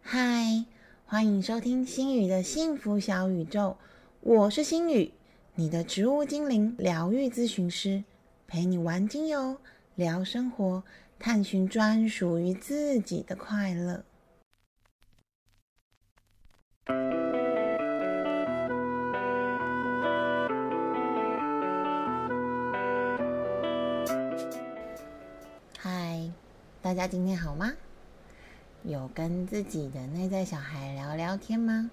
嗨，欢迎收听星宇的幸福小宇宙，我是星宇，你的植物精灵疗愈咨询师，陪你玩精油，聊生活，探寻专属于自己的快乐。嗨，大家今天好吗？有跟自己的内在小孩聊聊天吗？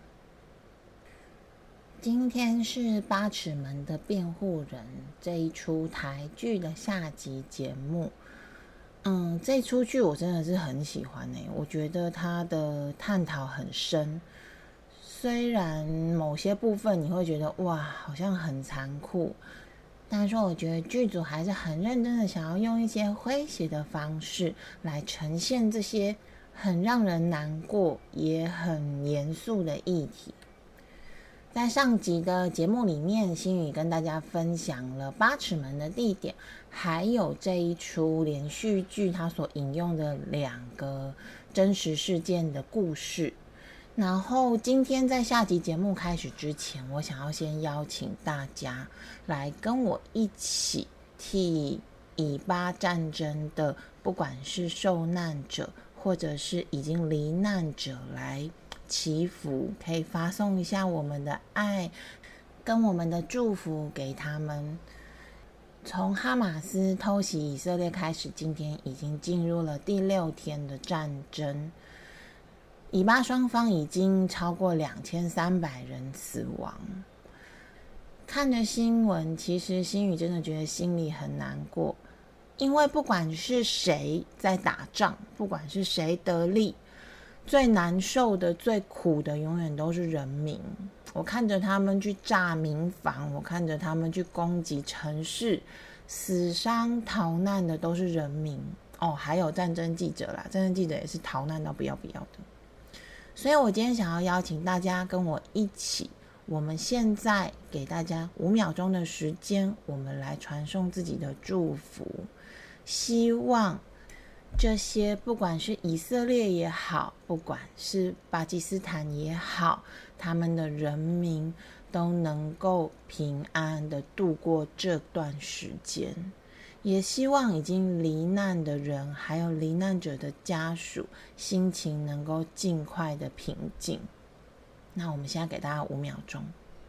今天是八尺门的辩护人这一出台剧的下集节目。这出剧我真的是很喜欢我觉得它的探讨很深，虽然某些部分你会觉得哇好像很残酷，但是我觉得剧组还是很认真的想要用一些诙谐的方式来呈现这些很让人难过也很严肃的议题。在上集的节目里面，星宇跟大家分享了八尺门的地点，还有这一出连续剧它所引用的2个真实事件的故事。然后今天在下集节目开始之前，我想要先邀请大家来跟我一起替以巴战争的不管是受难者或者是已经罹难者来祈福，可以发送一下我们的爱跟我们的祝福给他们。从哈马斯偷袭以色列开始，今天已经进入了第6天的战争，以巴双方已经超过2300人死亡。看着新闻，其实星宇真的觉得心里很难过，因为不管是谁在打仗，不管是谁得利，最难受的最苦的永远都是人民。我看着他们去炸民房，我看着他们去攻击城市，死伤逃难的都是人民还有战争记者啦，战争记者也是逃难到不要不要的。所以我今天想要邀请大家跟我一起，我们现在给大家5秒钟的时间，我们来传送自己的祝福，希望这些不管是以色列也好，不管是巴基斯坦也好，他们的人民都能够平安的度过这段时间。也希望已经罹难的人还有罹难者的家属心情能够尽快的平静。那我们现在给大家5秒钟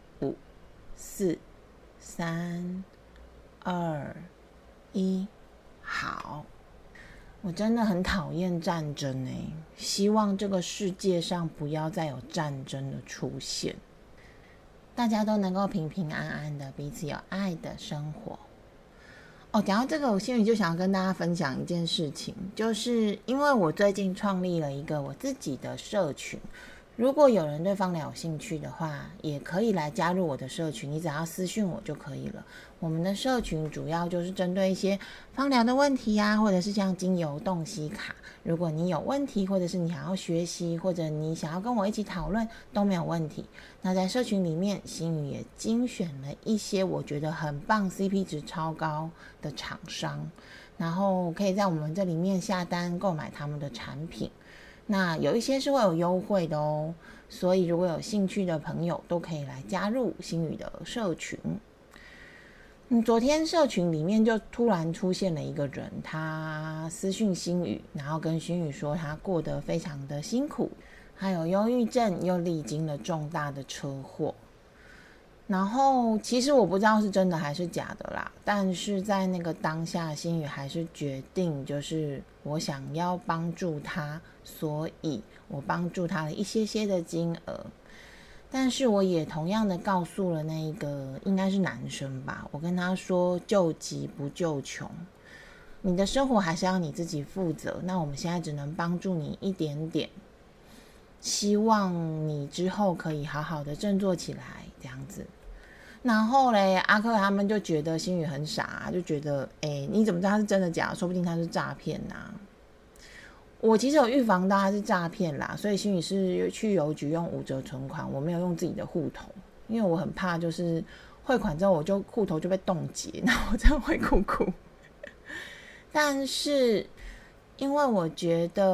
，5、4、3、2、1，好。我真的很讨厌战争希望这个世界上不要再有战争的出现，大家都能够平平安安的，彼此有爱的生活。讲到这个，我心里就想要跟大家分享一件事情，就是因为我最近创立了一个我自己的社群，如果有人对芳疗有兴趣的话，也可以来加入我的社群，你只要私讯我就可以了。我们的社群主要就是针对一些芳疗的问题或者是像精油洞悉卡，如果你有问题，或者是你想要学习，或者你想要跟我一起讨论都没有问题。那在社群里面，星宇也精选了一些我觉得很棒 CP 值超高的厂商，然后可以在我们这里面下单购买他们的产品，那有一些是会有优惠的所以如果有兴趣的朋友都可以来加入星宇的社群。昨天社群里面就突然出现了一个人，他私讯星宇，然后跟星宇说他过得非常的辛苦，还有忧郁症，又历经了重大的车祸。然后其实我不知道是真的还是假的啦，但是在那个当下，星宇还是决定就是我想要帮助他，所以我帮助他了一些的金额。但是我也同样的告诉了那个应该是男生吧，我跟他说救急不救穷，你的生活还是要你自己负责，那我们现在只能帮助你一点点，希望你之后可以好好的振作起来这样子。然后阿克他们就觉得星宇很傻，就觉得你怎么知道他是真的假的，说不定他是诈骗我其实有预防到他是诈骗啦，所以星宇是去邮局用5折存款，我没有用自己的户头，因为我很怕就是汇款之后我就户头就被冻结，那我真的会哭哭。但是因为我觉得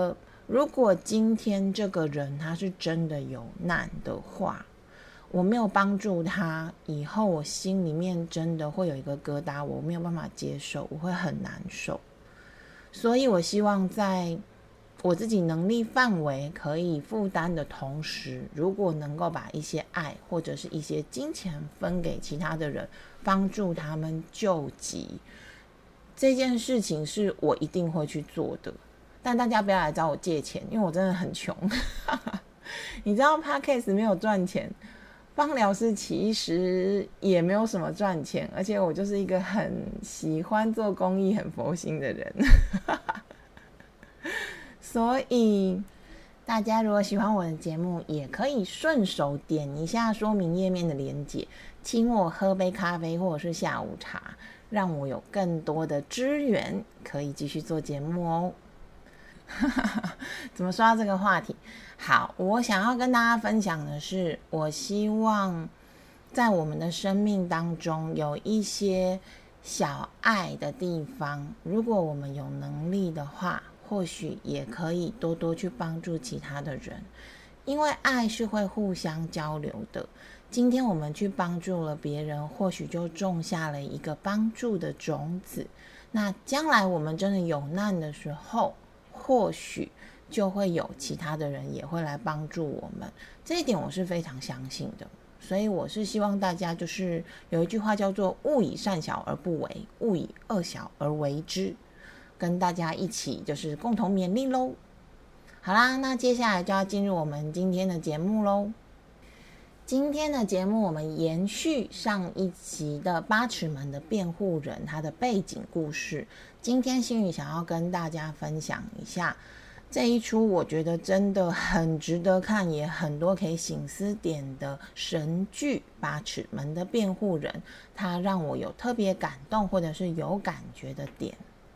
如果今天这个人他是真的有难的话，我没有帮助他，以后我心里面真的会有一个疙瘩，我没有办法接受，我会很难受。所以我希望在我自己能力范围可以负担的同时，如果能够把一些爱或者是一些金钱分给其他的人，帮助他们救急，这件事情是我一定会去做的。但大家不要来找我借钱，因为我真的很穷。你知道 Podcast 没有赚钱，芳疗师其实也没有什么赚钱，而且我就是一个很喜欢做公益、很佛心的人。所以大家如果喜欢我的节目，也可以顺手点一下说明页面的连结，请我喝杯咖啡或者是下午茶，让我有更多的资源可以继续做节目哦。怎么说到这个话题？好，我想要跟大家分享的是，我希望在我们的生命当中有一些小爱的地方，如果我们有能力的话，或许也可以多多去帮助其他的人，因为爱是会互相交流的。今天我们去帮助了别人，或许就种下了一个帮助的种子，那将来我们真的有难的时候，或许就会有其他的人也会来帮助我们，这一点我是非常相信的。所以我是希望大家就是有一句话叫做勿以善小而不为，勿以恶小而为之，跟大家一起就是共同勉励咯。好啦，那接下来就要进入我们今天的节目咯。今天的节目我们延续上一集的八尺门的辩护人他的背景故事，今天心语想要跟大家分享一下这一出我觉得真的很值得看，也很多可以省思点的神剧八尺门的辩护人，他让我有特别感动或者是有感觉的点。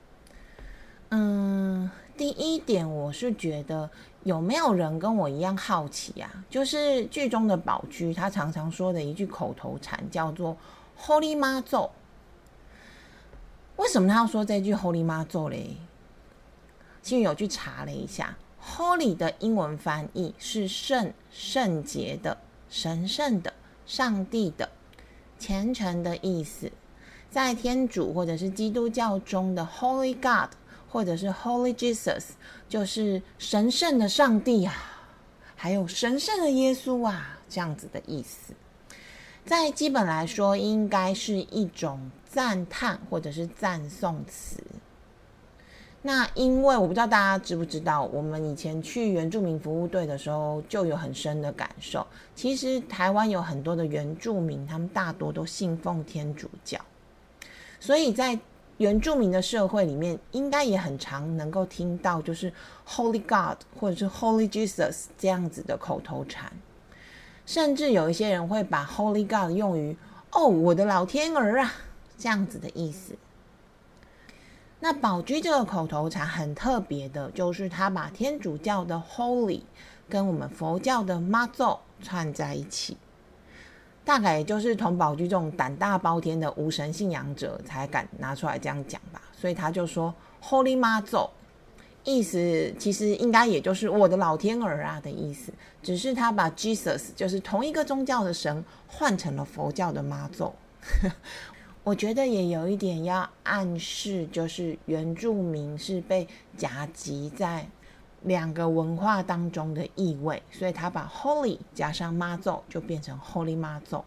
第一点我是觉得有没有人跟我一样好奇啊，就是剧中的宝驹他常常说的一句口头禅叫做 Holy 妈咒。为什么他要说这句 Holy 妈咒嘞？其实有去查了一下， Holy 的英文翻译是圣、圣洁的、神圣的、上帝的、虔诚的意思。在天主或者是基督教中的 Holy God或者是 Holy Jesus 就是神圣的上帝啊，还有神圣的耶稣啊，这样子的意思。在基本来说应该是一种赞叹或者是赞颂词。那因为我不知道大家知不知道，我们以前去原住民服务队的时候就有很深的感受，其实台湾有很多的原住民，他们大多都信奉天主教，所以在原住民的社会里面应该也很常能够听到就是 Holy God 或者是 Holy Jesus 这样子的口头禅，甚至有一些人会把 Holy God 用于我的老天儿啊这样子的意思。那宝驹这个口头禅很特别的，就是他把天主教的 Holy 跟我们佛教的妈咒串在一起，大概也就是同宝驹这种胆大包天的无神信仰者才敢拿出来这样讲吧，所以他就说 Holy 妈咒，意思其实应该也就是我的老天儿啊的意思，只是他把 Jesus 就是同一个宗教的神换成了佛教的妈咒。我觉得也有一点要暗示，就是原住民是被夹击在两个文化当中的意味，所以他把 Holy 加上妈咒就变成 Holy 妈咒。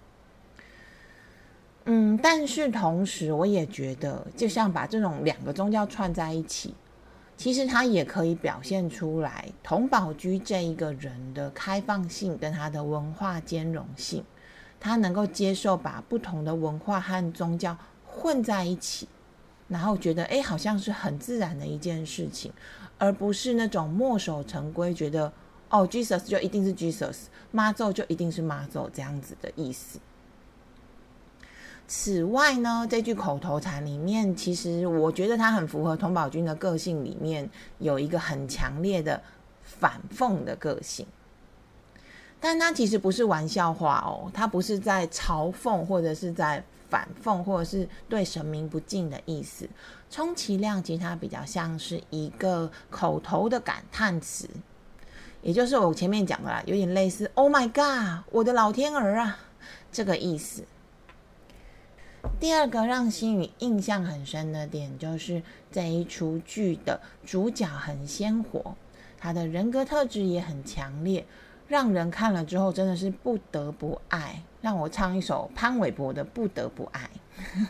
但是同时我也觉得，就像把这种两个宗教串在一起，其实它也可以表现出来佟宝驹这一个人的开放性跟他的文化兼容性，他能够接受把不同的文化和宗教混在一起，然后觉得好像是很自然的一件事情，而不是那种墨守成规，觉得Jesus 就一定是 Jesus， 妈咒就一定是妈咒这样子的意思。此外呢，这句口头禅里面，其实我觉得它很符合佟宝驹的个性，里面有一个很强烈的反讽的个性，但它其实不是玩笑话它不是在嘲讽或者是在反讽或者是对神明不敬的意思。充其量其实它比较像是一个口头的感叹词，也就是我前面讲的啦，有点类似 Oh my God 我的老天儿啊这个意思。第二个让心宇印象很深的点，就是这一出剧的主角很鲜活，他的人格特质也很强烈，让人看了之后真的是不得不爱。让我唱一首潘玮柏的《不得不爱》。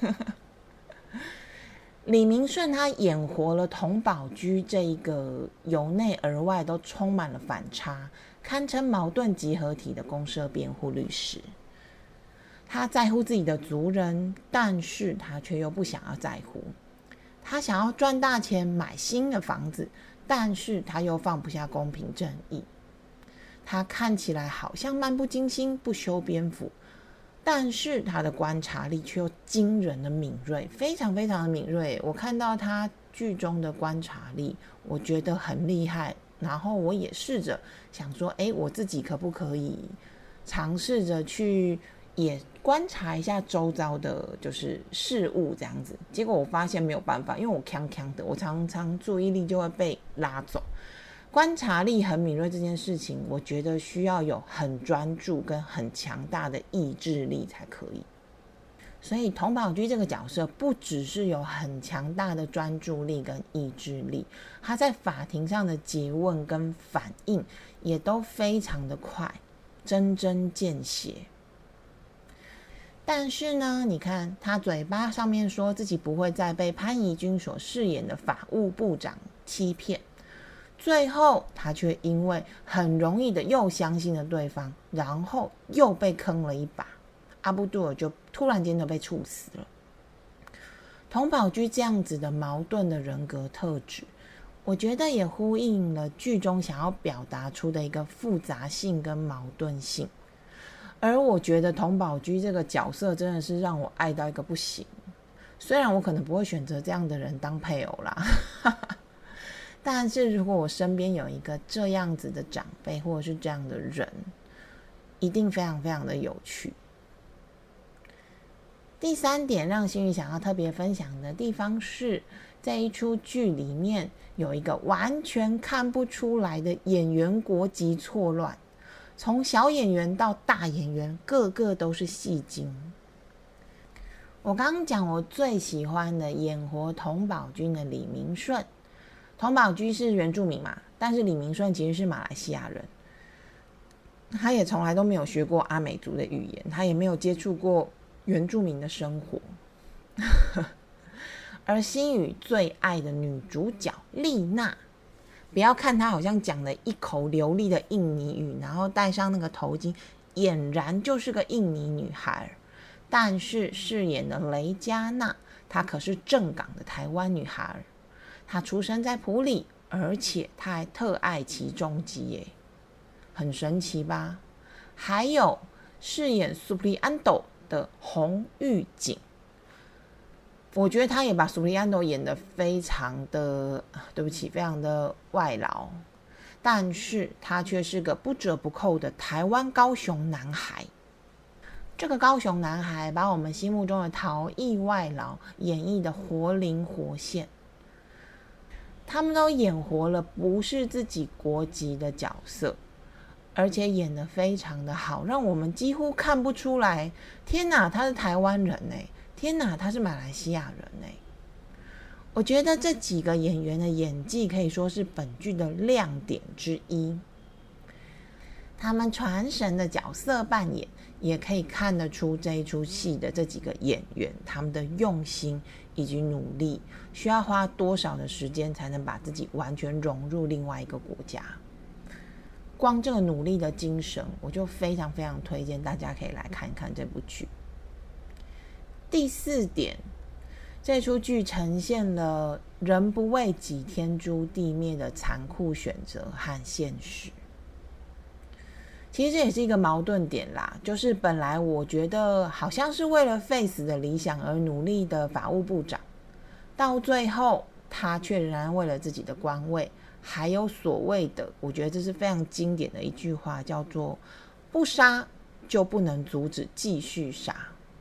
李明顺他演活了佟宝驹这一个由内而外都充满了反差，堪称矛盾集合体的公社辩护律师。他在乎自己的族人，但是他却又不想要在乎。他想要赚大钱买新的房子，但是他又放不下公平正义。他看起来好像漫不经心不修边幅，但是他的观察力却又惊人的敏锐，非常非常的敏锐。我看到他剧中的观察力，我觉得很厉害，然后我也试着想说我自己可不可以尝试着去也观察一下周遭的就是事物这样子。结果我发现没有办法，因为我锵锵的，我常常注意力就会被拉走。观察力很敏锐这件事情，我觉得需要有很专注跟很强大的意志力才可以。所以佟宝驹这个角色不只是有很强大的专注力跟意志力，他在法庭上的诘问跟反应也都非常的快，针针见血。但是呢，你看他嘴巴上面说自己不会再被潘怡君所饰演的法务部长欺骗，最后他却因为很容易的又相信了对方，然后又被坑了一把，阿布杜尔就突然间就被处死了。佟宝驹这样子的矛盾的人格特质，我觉得也呼应了剧中想要表达出的一个复杂性跟矛盾性。而我觉得佟宝驹这个角色真的是让我爱到一个不行，虽然我可能不会选择这样的人当配偶啦但是如果我身边有一个这样子的长辈或者是这样的人，一定非常非常的有趣。第三点让心宇想要特别分享的地方是，这一出剧里面有一个完全看不出来的演员国籍错乱，从小演员到大演员，个个都是戏精。我刚刚讲我最喜欢的演活佟宝驹的李明顺，佟宝驹是原住民嘛，但是李明顺其实是马来西亚人，他也从来都没有学过阿美族的语言，他也没有接触过原住民的生活而心宇最爱的女主角丽娜，不要看她好像讲了一口流利的印尼语，然后戴上那个头巾，俨然就是个印尼女孩，但是饰演的雷佳娜，她可是正港的台湾女孩。她出生在埔里，而且她还特爱骑重机耶，很神奇吧？还有饰演苏普利安斗的洪玉锦，我觉得他也把苏普利安斗演得非常的，对不起，非常的外劳，但是他却是个不折不扣的台湾高雄男孩。这个高雄男孩把我们心目中的逃逸外劳演绎的活灵活现，他们都演活了不是自己国籍的角色，而且演得非常的好，让我们几乎看不出来，天哪，他是台湾人耶，天哪，他是马来西亚人耶。我觉得这几个演员的演技可以说是本剧的亮点之一，他们传神的角色扮演也可以看得出这一出戏的这几个演员他们的用心以及努力，需要花多少的时间才能把自己完全融入另外一个国家。光这个努力的精神，我就非常非常推荐大家可以来看看这部剧。第四点，这出剧呈现了人不为己天诛地灭的残酷选择和现实。其实这也是一个矛盾点啦，就是本来我觉得好像是为了 Face 的理想而努力的法务部长，到最后他却仍然为了自己的官位，还有所谓的，我觉得这是非常经典的一句话，叫做不杀就不能阻止继续杀。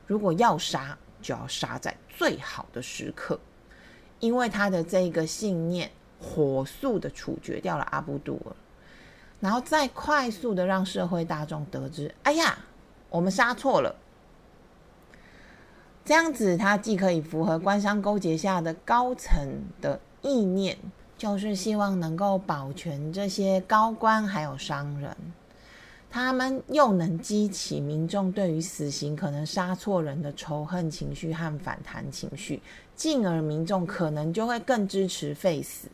如果要杀，就要杀在最好的时刻，因为他的这个信念火速的处决掉了阿布杜尔，然后再快速的让社会大众得知，哎呀，我们杀错了。这样子他既可以符合官商勾结下的高层的意念，就是希望能够保全这些高官还有商人，他们又能激起民众对于死刑可能杀错人的仇恨情绪和反弹情绪，进而民众可能就会更支持废死。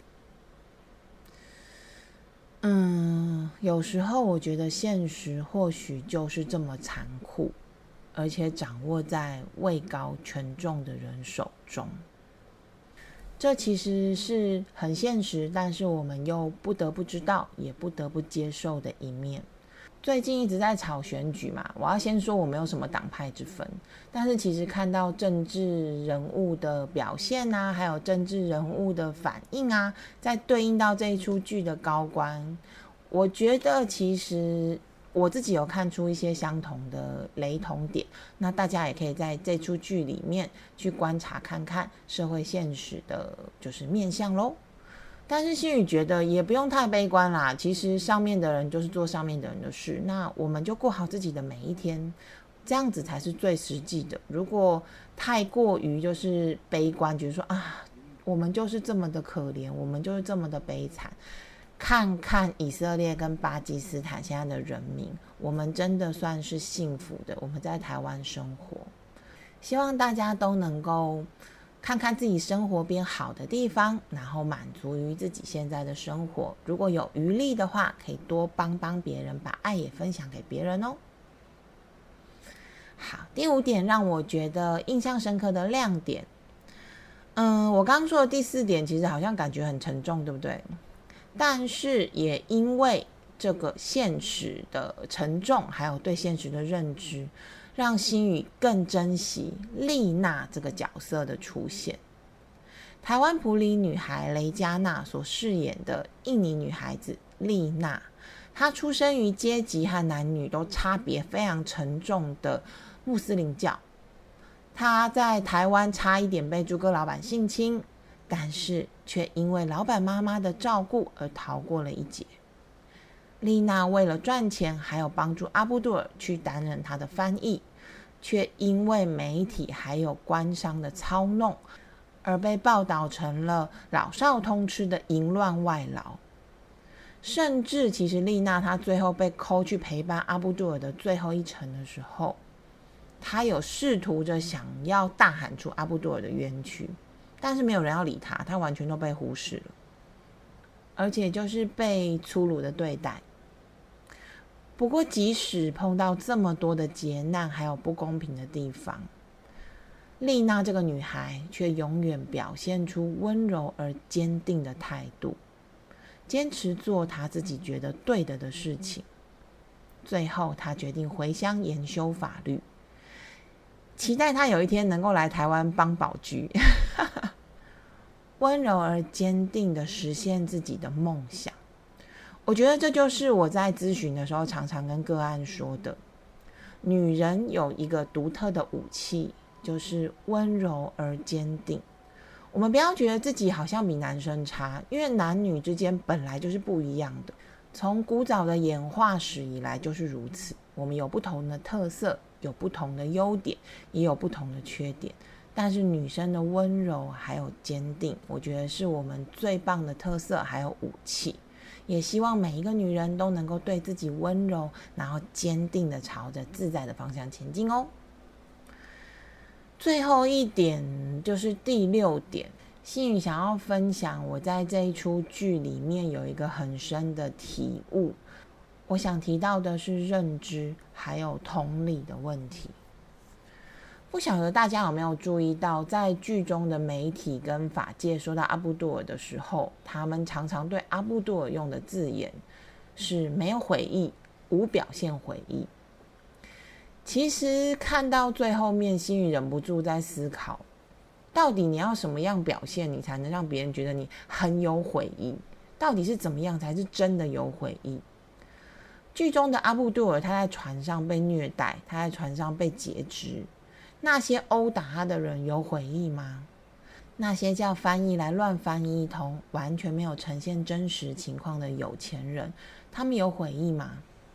有时候我觉得现实或许就是这么残酷，而且掌握在位高权重的人手中。这其实是很现实，但是我们又不得不知道，也不得不接受的一面。最近一直在吵选举嘛，我要先说我没有什么党派之分，但是其实看到政治人物的表现啊，还有政治人物的反应啊，在对应到这一出剧的高官，我觉得其实我自己有看出一些相同的雷同点，那大家也可以在这出剧里面去观察看看社会现实的就是面向咯。但是心宇觉得也不用太悲观啦，其实上面的人就是做上面的人的事，那我们就过好自己的每一天，这样子才是最实际的。如果太过于就是悲观，觉得说啊，我们就是这么的可怜，我们就是这么的悲惨，看看以色列跟巴基斯坦现在的人民，我们真的算是幸福的，我们在台湾生活，希望大家都能够看看自己生活变好的地方，然后满足于自己现在的生活，如果有余力的话，可以多帮帮别人，把爱也分享给别人哦。好，第5点让我觉得印象深刻的亮点，我刚刚说的第4点其实好像感觉很沉重，对不对？但是也因为这个现实的沉重，还有对现实的认知，让心宇更珍惜丽娜这个角色的出现。台湾埔里女孩雷嘉娜所饰演的印尼女孩子丽娜，她出生于阶级和男女都差别非常沉重的穆斯林教，她在台湾差一点被朱哥老板性侵，但是却因为老板妈妈的照顾而逃过了一劫。丽娜为了赚钱，还有帮助阿布杜尔去担任他的翻译，却因为媒体还有官商的操弄，而被报道成了老少通吃的淫乱外劳。甚至其实丽娜她最后被扣去陪伴阿布杜尔的最后一程的时候，她有试图着想要大喊出阿布杜尔的冤屈，但是没有人要理她，她完全都被忽视了，而且就是被粗鲁的对待。不过即使碰到这么多的劫难还有不公平的地方，丽娜这个女孩却永远表现出温柔而坚定的态度，坚持做她自己觉得对的事情。最后她决定回乡研修法律，期待她有一天能够来台湾帮宝驹温柔而坚定的实现自己的梦想。我觉得这就是我在咨询的时候常常跟个案说的，女人有一个独特的武器，就是温柔而坚定。我们不要觉得自己好像比男生差，因为男女之间本来就是不一样的，从古早的演化史以来就是如此。我们有不同的特色，有不同的优点，也有不同的缺点，但是女生的温柔还有坚定，我觉得是我们最棒的特色还有武器。也希望每一个女人都能够对自己温柔，然后坚定的朝着自在的方向前进哦。最后一点就是第6点，心宇想要分享我在这一出剧里面有一个很深的体悟，我想提到的是认知还有同理的问题。不晓得大家有没有注意到，在剧中的媒体跟法界说到阿布杜尔的时候，他们常常对阿布杜尔用的字眼是没有悔意，无表现悔意。其实看到最后面，心宇忍不住在思考，到底你要什么样表现，你才能让别人觉得你很有悔意？到底是怎么样才是真的有悔意？剧中的阿布杜尔，他在船上被虐待，他在船上被截肢， 那些殴打他的人有悔意吗？那些叫翻译来乱翻译一通，完全没有呈现真实情况的有钱人，他们有悔意吗？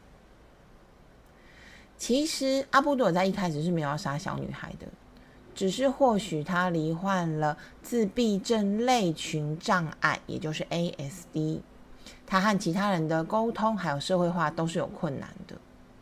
其实阿布杜尔在一开始是没有要杀小女孩的，只是或许他罹患了自闭症类群障碍，也就是 ASD， 他和其他人的沟通还有社会化都是有困难的。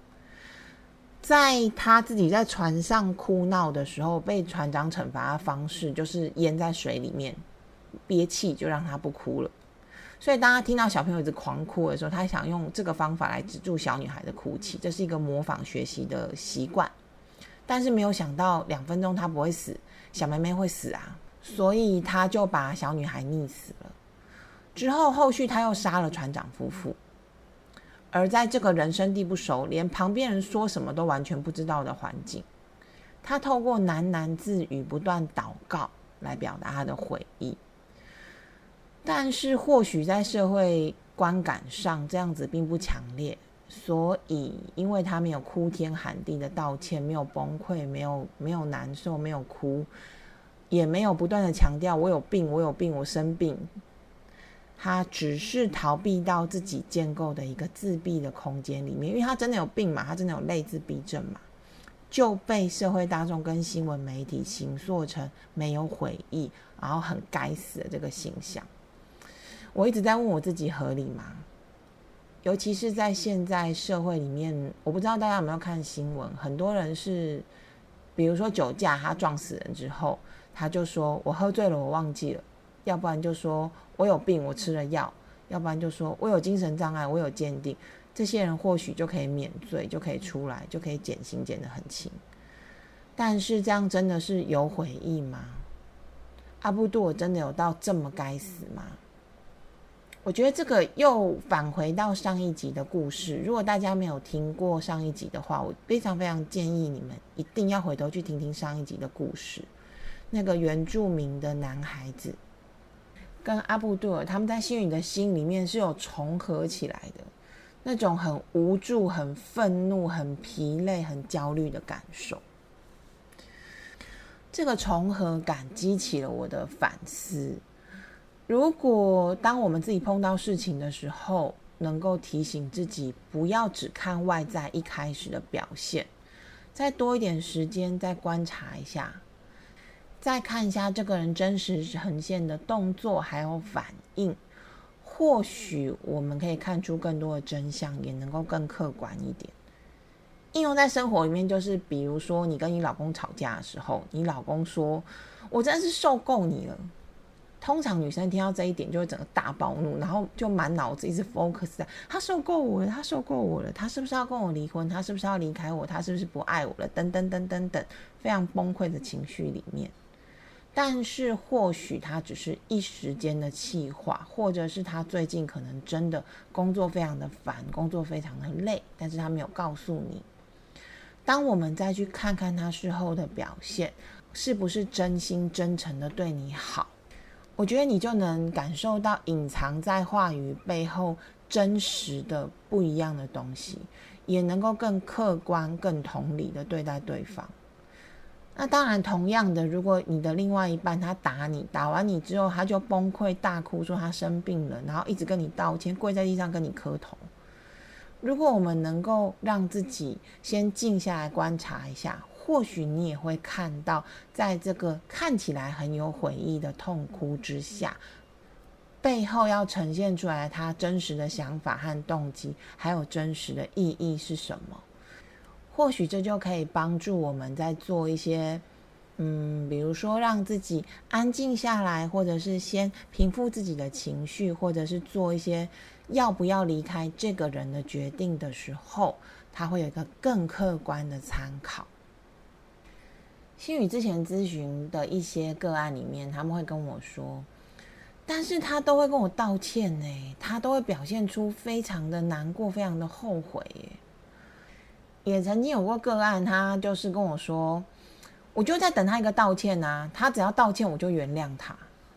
在他自己在船上哭闹的时候，被船长惩罚的方式就是淹在水里面憋气，就让他不哭了。所以当他听到小朋友一直狂哭的时候，他想用这个方法来止住小女孩的哭泣，这是一个模仿学习的习惯。但是没有想到2分钟他不会死，小妹妹会死啊，所以他就把小女孩溺死了。之后后续他又杀了船长夫妇。而在这个人生地不熟，连旁边人说什么都完全不知道的环境，他透过喃喃自语不断祷告来表达他的悔意。但是或许在社会观感上这样子并不强烈，所以因为他没有哭天喊地的道歉，没有崩溃，没有难受，没有哭，也没有不断的强调我有病我有病我生病，他只是逃避到自己建构的一个自闭的空间里面，因为他真的有病嘛，他真的有类自闭症嘛，就被社会大众跟新闻媒体形塑成没有悔意，然后很该死的这个形象。我一直在问我自己，合理吗？尤其是在现在社会里面，我不知道大家有没有看新闻，很多人是比如说酒驾他撞死人之后，他就说我喝醉了我忘记了，要不然就说我有病我吃了药，要不然就说我有精神障碍我有鉴定，这些人或许就可以免罪，就可以出来，就可以减刑减得很轻。但是这样真的是有悔意吗？阿布杜尔真的有到这么该死吗？我觉得这个又返回到上一集的故事，如果大家没有听过上一集的话，我非常非常建议你们一定要回头去听听上一集的故事。那个原住民的男孩子跟阿布杜尔他们在星宇的心里面是有重合起来的，那种很无助很愤怒很疲累很焦虑的感受。这个重合感激起了我的反思，如果当我们自己碰到事情的时候，能够提醒自己不要只看外在一开始的表现，再多一点时间再观察一下，再看一下这个人真实呈现的动作还有反应，或许我们可以看出更多的真相，也能够更客观一点。应用在生活里面，就是比如说你跟你老公吵架的时候，你老公说我真的是受够你了，通常女生听到这一点就会整个大暴怒，然后就满脑子一直 focus 在他受够我了，他受够我了，他是不是要跟我离婚，他是不是要离开我，他是不是不爱我了，等等等等等，非常崩溃的情绪里面。但是或许他只是一时间的气话，或者是他最近可能真的工作非常的烦，工作非常的累，但是他没有告诉你。当我们再去看看他事后的表现，是不是真心真诚的对你好，我觉得你就能感受到隐藏在话语背后真实的不一样的东西，也能够更客观更同理的对待对方。那当然同样的，如果你的另外一半他打你，打完你之后他就崩溃大哭说他生病了，然后一直跟你道歉，跪在地上跟你磕头。如果我们能够让自己先静下来观察一下，或许你也会看到在这个看起来很有悔意的痛哭之下，背后要呈现出来他真实的想法和动机，还有真实的意义是什么。或许这就可以帮助我们在做一些比如说让自己安静下来，或者是先平复自己的情绪，或者是做一些要不要离开这个人的决定的时候，他会有一个更客观的参考。星宇之前咨询的一些个案里面，他们会跟我说，但是他都会跟我道歉耶，他都会表现出非常的难过非常的后悔耶。也曾经有过个案，他就是跟我说，我就在等他一个道歉啊，他只要道歉我就原谅他。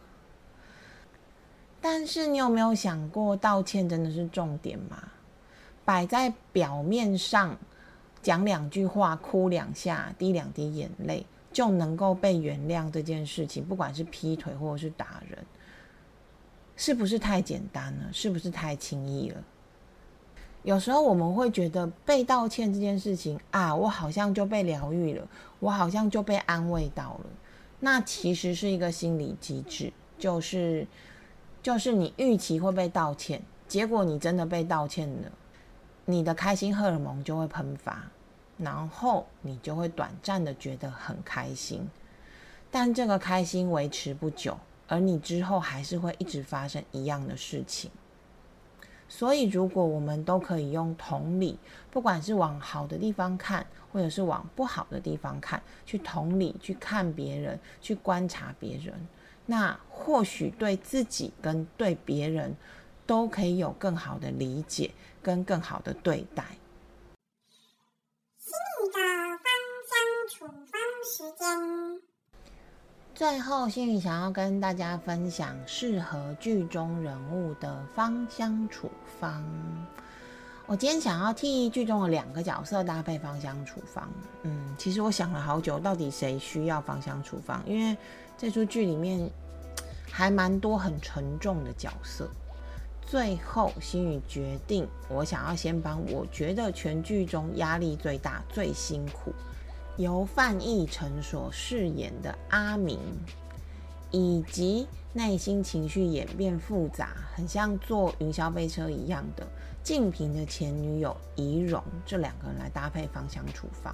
但是你有没有想过，道歉真的是重点吗？摆在表面上讲2句话，哭2下，滴2滴眼泪， 就能够被原谅这件事情，不管是劈腿或者是打人，是不是太简单了？是不是太轻易了？有时候我们会觉得被道歉这件事情啊，我好像就被疗愈了，我好像就被安慰到了。那其实是一个心理机制，就是你预期会被道歉，结果你真的被道歉了，你的开心荷尔蒙就会喷发，然后你就会短暂的觉得很开心，但这个开心维持不久，而你之后还是会一直发生一样的事情。所以如果我们都可以用同理，不管是往好的地方看，或者是往不好的地方看，去同理，去看别人，去观察别人，那或许对自己跟对别人都可以有更好的理解跟更好的对待。 心语的芳香处方时间。 最后，心语想要跟大家分享适合剧中人物的芳香处方。我今天想要替剧中的2个角色搭配芳香处方。其实我想了好久，到底谁需要芳香处方？因为这出剧里面还蛮多很沉重的角色。最后，心语决定，我想要先帮我觉得全剧中压力最大、最辛苦，由范逸臣所饰演的阿明，以及内心情绪演变复杂，很像坐云霄飞车一样的静平的前女友怡蓉，这2个人来搭配芳香处方。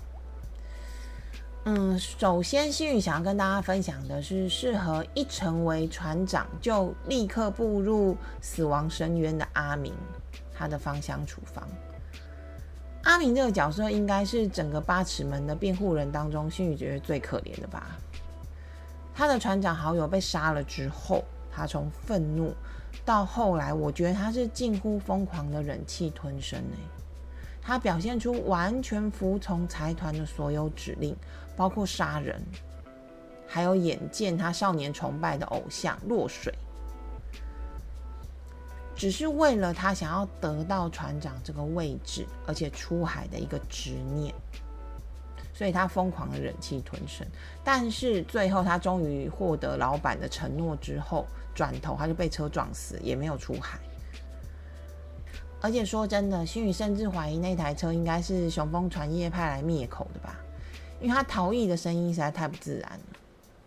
首先心语想要跟大家分享的是适合一成为船长就立刻步入死亡深渊的阿明，他的芳香处方。阿明这个角色应该是整个八尺门的辩护人当中心语觉得最可怜的吧。他的船长好友被杀了之后，他从愤怒到后来，我觉得他是近乎疯狂的忍气吞声。他表现出完全服从财团的所有指令，包括杀人，还有眼见他少年崇拜的偶像落水，只是为了他想要得到船长这个位置，而且出海的一个执念，所以他疯狂的忍气吞声。但是最后他终于获得老板的承诺之后，转头他就被车撞死，也没有出海。而且说真的，心语甚至怀疑那台车应该是雄风船业派来灭口的吧，因为他逃逸的声音实在太不自然了。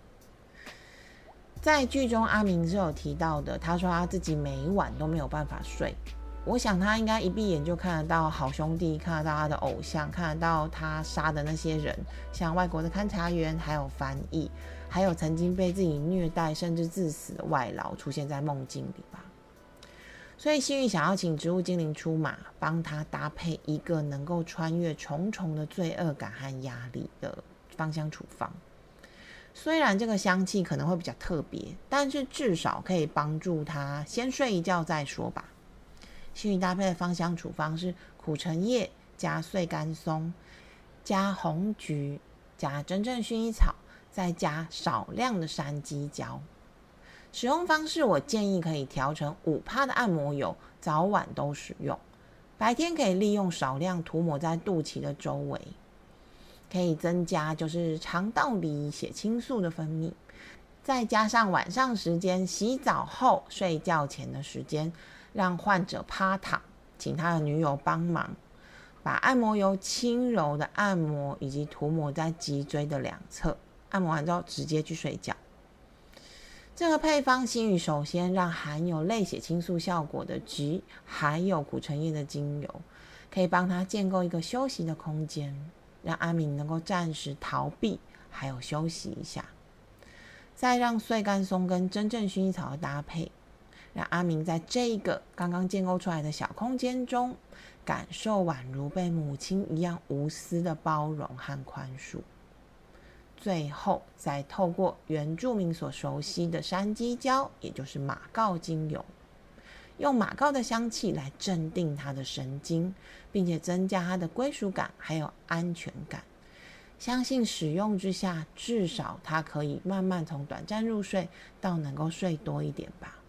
在剧中阿明是有提到的，他说他自己每一晚都没有办法睡。我想他应该一闭眼就看得到好兄弟，看得到他的偶像，看得到他杀的那些人，像外国的勘察员，还有翻译，还有曾经被自己虐待甚至致死的外劳出现在梦境里吧。所以心语想要请植物精灵出马，帮他搭配一个能够穿越重重的罪恶感和压力的芳香处方。虽然这个香气可能会比较特别，但是至少可以帮助他先睡一觉再说吧。心语搭配的芳香处方是苦橙叶加碎干松加红菊加真正薰衣草，再加少量的山鸡椒。使用方式我建议可以调成5%的按摩油，早晚都使用。白天可以利用少量涂抹在肚脐的周围，可以增加就是肠道里血清素的分泌。再加上晚上时间，洗澡后睡觉前的时间，让患者趴躺，请他的女友帮忙，把按摩油轻柔的按摩以及涂抹在脊椎的2侧，按摩完之后直接去睡觉。这个配方心语首先让含有类血清素效果的菊还有苦橙叶的精油，可以帮他建构一个休息的空间，让阿明能够暂时逃避还有休息一下。再让碎干松跟真正薰衣草的搭配，让阿明在这个刚刚建构出来的小空间中，感受宛如被母亲一样无私的包容和宽恕。最后再透过原住民所熟悉的山鸡椒，也就是马告精油，用马告的香气来镇定他的神经，并且增加他的归属感还有安全感。相信使用之下，至少他可以慢慢从短暂入睡到能够睡多一点吧。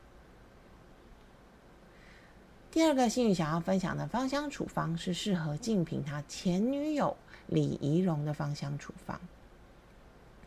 第2个心语想要分享的芳香处方是适合静平他前女友李怡蓉的芳香处方。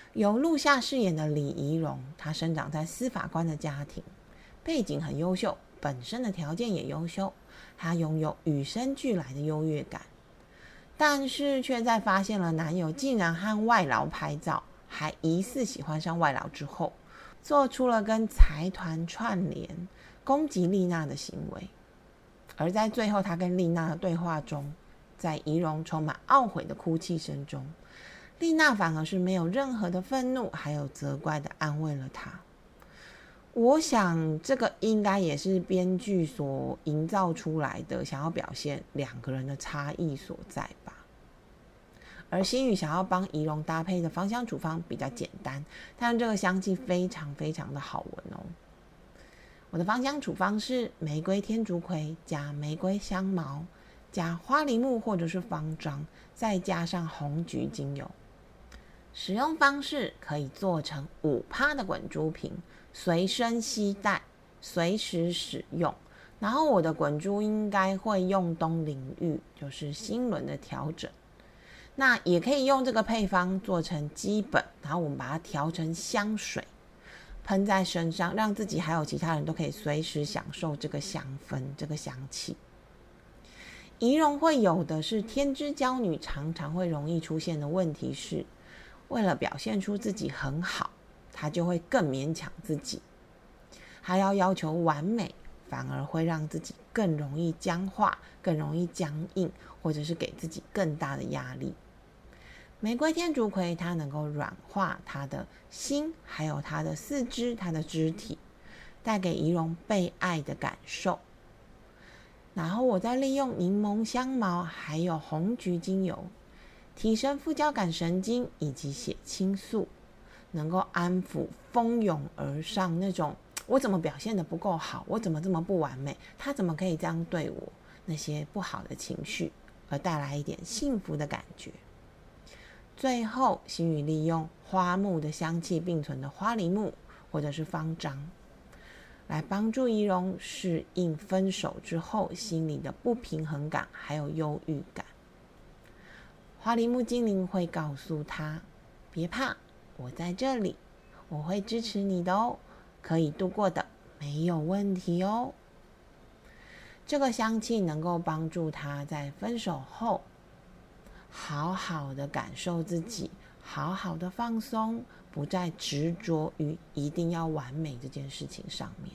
由陆夏饰演的李仪容，她生长在司法官的家庭，背景很优秀，本身的条件也优秀，她拥有与生俱来的优越感，但是却在发现了男友竟然和外劳拍照，还疑似喜欢上外劳之后，做出了跟财团串联攻击丽娜的行为。而在最后他跟丽娜的对话中，在仪容充满懊悔的哭泣声中，丽娜反而是没有任何的愤怒还有责怪的安慰了他。我想这个应该也是编剧所营造出来的，想要表现两个人的差异所在吧。而新宇想要帮仪容搭配的芳香处方比较简单，但是这个香气非常非常的好闻哦。我的芳香处方是玫瑰天竺葵加玫瑰香茅加花梨木或者是方樟，再加上红橘精油。使用方式可以做成5%的滚珠瓶，随身携带，随时使用。然后我的滚珠应该会用东陵玉，就是心轮的调整。那也可以用这个配方做成基本，然后我们把它调成香水，喷在身上，让自己还有其他人都可以随时享受这个香氛，这个香气。仪容会有的是天之娇女常常会容易出现的问题是，为了表现出自己很好，她就会更勉强自己，还要求完美，反而会让自己更容易僵化，更容易僵硬，或者是给自己更大的压力。玫瑰天竺葵它能够软化她的心，还有她的四肢，她的肢体，带给仪容被爱的感受。然后我再利用柠檬香茅还有红橘精油，提升副交感神经以及血清素，能够安抚蜂拥而上那种我怎么表现得不够好，我怎么这么不完美，他怎么可以这样对我，那些不好的情绪，而带来一点幸福的感觉。最后新宇利用花木的香气并存的花梨木或者是方樟，来帮助仪容适应分手之后心里的不平衡感还有忧郁感。花梨木精灵会告诉他，别怕，我在这里，我会支持你的哦，可以度过的，没有问题哦。这个香气能够帮助他在分手后好好的感受自己，好好的放松，不再执着于一定要完美这件事情上面。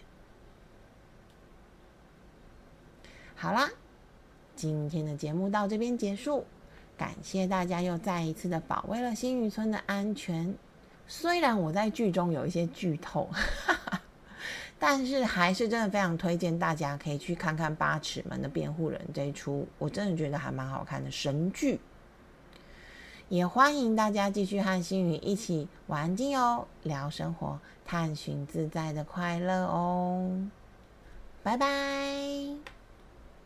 好啦，今天的节目到这边结束，感谢大家又再一次的保卫了新渔村的安全。虽然我在剧中有一些剧透但是还是真的非常推荐大家可以去看看《八尺门的辩护人》这一出，我真的觉得还蛮好看的神剧。也欢迎大家继续和新宇一起玩劲哦，聊生活，探寻自在的快乐哦。拜拜。